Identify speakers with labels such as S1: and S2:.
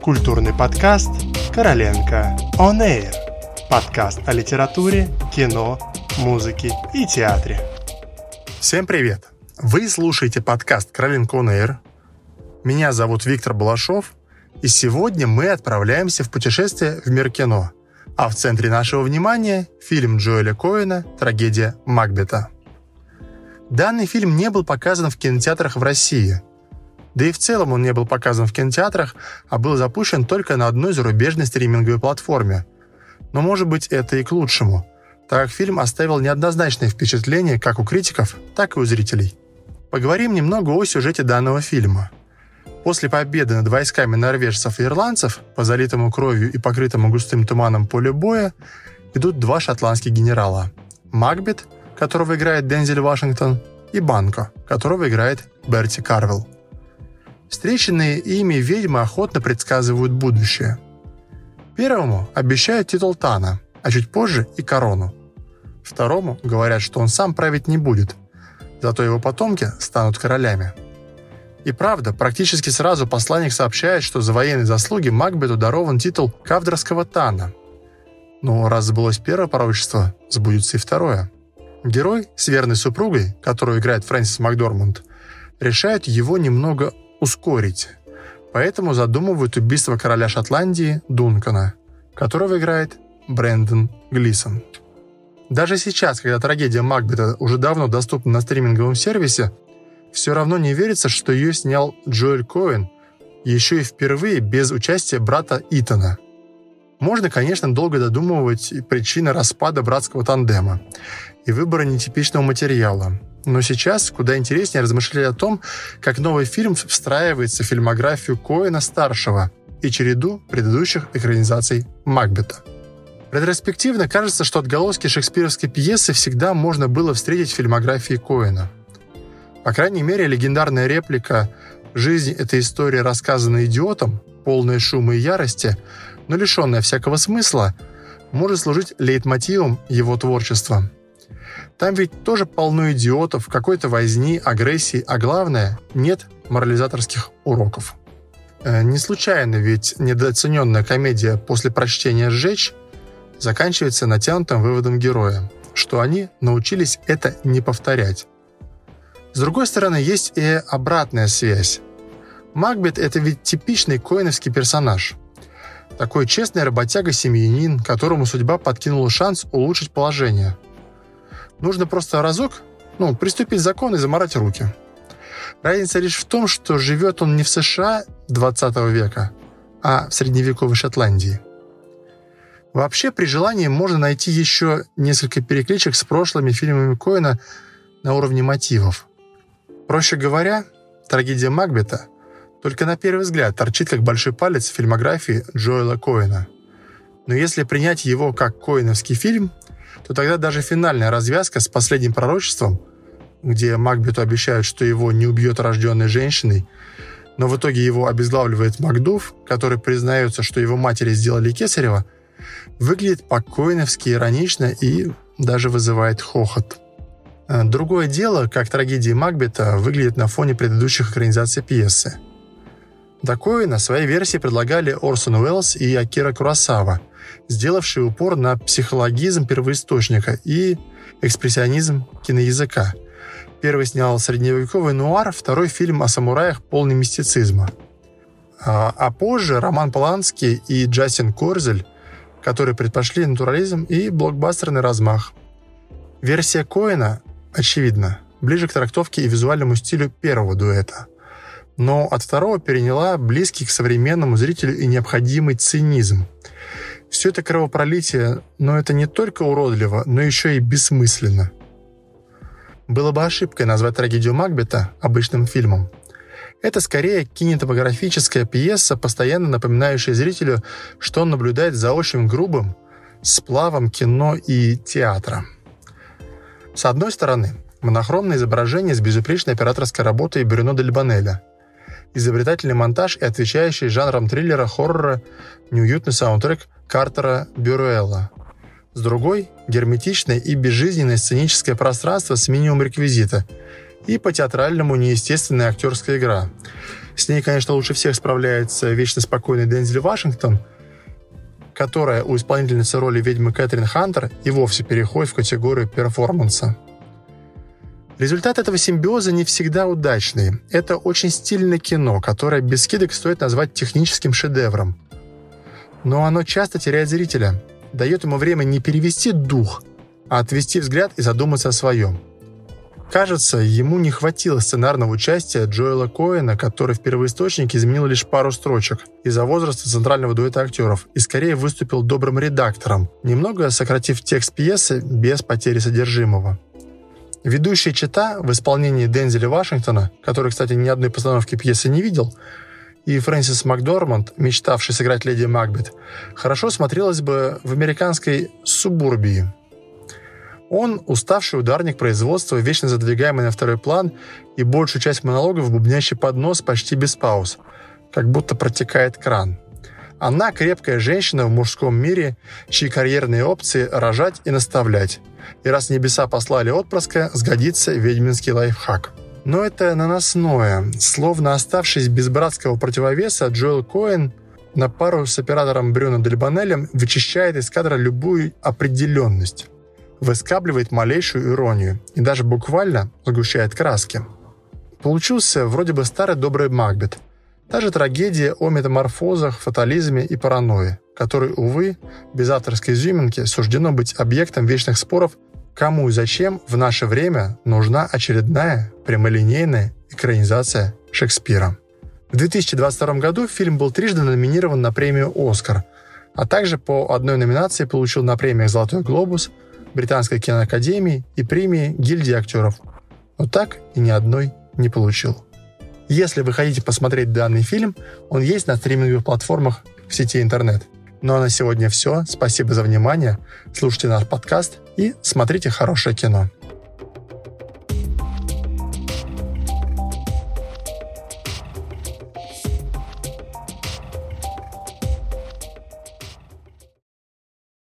S1: Культурный подкаст «Короленко On Air». Подкаст о литературе, кино, музыке и театре.
S2: Всем привет! Вы слушаете подкаст «Короленко On Air». Меня зовут Виктор Балашов, и сегодня мы отправляемся в путешествие в мир кино. А в центре нашего внимания фильм Джоэля Коэна «Трагедия Макбета». Данный фильм не был показан в кинотеатрах в России. Да и в целом он не был показан в кинотеатрах, а был запущен только на одной зарубежной стриминговой платформе. Но, может быть, это и к лучшему, так как фильм оставил неоднозначное впечатление как у критиков, так и у зрителей. Поговорим немного о сюжете данного фильма. После победы над войсками норвежцев и ирландцев по залитому кровью и покрытому густым туманом полю боя идут два шотландских генерала – Макбет, которого играет Дензел Вашингтон, и Банко, которого играет Берти Карвелл. Встреченные ими ведьмы охотно предсказывают будущее. Первому обещают титул Тана, а чуть позже и корону. Второму говорят, что он сам править не будет, зато его потомки станут королями. И правда, практически сразу посланник сообщает, что за военные заслуги Макбету дарован титул Кавдорского Тана. Но раз сбылось первое пророчество, сбудется и второе. Герой с верной супругой, которую играет Фрэнсис Макдорманд, решает его немного ускорить, поэтому задумывают убийство короля Шотландии Дункана, которого играет Брэндон Глисон. Даже сейчас, когда трагедия Макбета уже давно доступна на стриминговом сервисе, все равно не верится, что ее снял Джоэль Коэн, еще и впервые без участия брата Итана. Можно, конечно, долго додумывать причины распада братского тандема и выбора нетипичного материала. Но сейчас куда интереснее размышлять о том, как новый фильм встраивается в фильмографию Коэна-старшего и череду предыдущих экранизаций Макбета. Ретроспективно кажется, что отголоски шекспировской пьесы всегда можно было встретить в фильмографии Коэна. По крайней мере, легендарная реплика «Жизнь — это история, рассказанная идиотом, полная шума и ярости, но лишенная всякого смысла», может служить лейтмотивом его творчества. Там ведь тоже полно идиотов, какой-то возни, агрессии, а главное, нет морализаторских уроков. Не случайно, ведь недооцененная комедия «После прочтения сжечь» заканчивается натянутым выводом героя, что они научились это не повторять. С другой стороны, есть и обратная связь. Макбет – это ведь типичный коэновский персонаж. Такой честный работяга-семьянин, которому судьба подкинула шанс улучшить положение. Нужно просто разок, приступить закон и замарать руки. Разница лишь в том, что живет он не в США 20 века, а в средневековой Шотландии. Вообще, при желании можно найти еще несколько перекличек с прошлыми фильмами Коэна на уровне мотивов. Проще говоря, трагедия Макбета только на первый взгляд торчит как большой палец в фильмографии Джоэла Коэна. Но если принять его как коэновский фильм, то тогда даже финальная развязка с последним пророчеством, где Макбету обещают, что его не убьет рожденной женщиной, но в итоге его обезглавливает Макдув, который признается, что его матери сделали кесарево, выглядит по-коэновски иронично и даже вызывает хохот. Другое дело, как трагедия Макбета выглядит на фоне предыдущих экранизаций пьесы. До Коэна свои версии предлагали Орсон Уэллс и Акира Куросава, сделавшие упор на психологизм первоисточника и экспрессионизм киноязыка. Первый снял средневековый нуар, второй фильм о самураях полный мистицизма. А позже Роман Полански и Джастин Корзель, которые предпочли натурализм и блокбастерный размах. Версия Коэна, очевидно, ближе к трактовке и визуальному стилю первого дуэта. Но от второго переняла близкий к современному зрителю и необходимый цинизм. Все это кровопролитие, но это не только уродливо, но еще и бессмысленно. Было бы ошибкой назвать трагедию Макбета обычным фильмом. Это скорее кинематографическая пьеса, постоянно напоминающая зрителю, что он наблюдает за очень грубым сплавом кино и театра. С одной стороны, монохромное изображение с безупречной операторской работой Брюно дель Бонеля, изобретательный монтаж и отвечающий жанром триллера-хоррора неуютный саундтрек Картера Бюруэлла. С другой – герметичное и безжизненное сценическое пространство с минимум реквизита и по-театральному неестественная актерская игра. С ней, конечно, лучше всех справляется вечно спокойный Дензел Вашингтон, которая у исполнительницы роли ведьмы Кэтрин Хантер и вовсе переходит в категорию перформанса. Результат этого симбиоза не всегда удачный. Это очень стильное кино, которое без скидок стоит назвать техническим шедевром. Но оно часто теряет зрителя, дает ему время не перевести дух, а отвести взгляд и задуматься о своем. Кажется, ему не хватило сценарного участия Джоэла Коэна, который в первоисточнике изменил лишь пару строчек из-за возраста центрального дуэта актеров и скорее выступил добрым редактором, немного сократив текст пьесы без потери содержимого. Ведущая чета в исполнении Дензеля Вашингтона, который, кстати, ни одной постановки пьесы не видел, и Фрэнсис Макдорманд, мечтавший сыграть леди Макбет, хорошо смотрелась бы в американской субурбии. Он – уставший ударник производства, вечно задвигаемый на второй план и большую часть монологов бубнящий под нос почти без пауз, как будто протекает кран. Она – крепкая женщина в мужском мире, чьи карьерные опции – рожать и наставлять. И раз небеса послали отпрыска, сгодится ведьминский лайфхак. Но это наносное. Словно оставшись без братского противовеса, Джоэл Коэн на пару с оператором Брюно Дель Бонелем вычищает из кадра любую определенность, выскабливает малейшую иронию и даже буквально сгущает краски. Получился вроде бы старый добрый Макбет. Та же трагедия о метаморфозах, фатализме и паранойи, который, увы, без авторской изюминки суждено быть объектом вечных споров, кому и зачем в наше время нужна очередная прямолинейная экранизация Шекспира. В 2022 году фильм был трижды номинирован на премию «Оскар», а также по одной номинации получил на премиях «Золотой глобус», Британской киноакадемии и премии гильдии актеров. Но так и ни одной не получил. Если вы хотите посмотреть данный фильм, он есть на стриминговых платформах в сети интернет. Ну а на сегодня все. Спасибо за внимание. Слушайте наш подкаст и смотрите хорошее кино.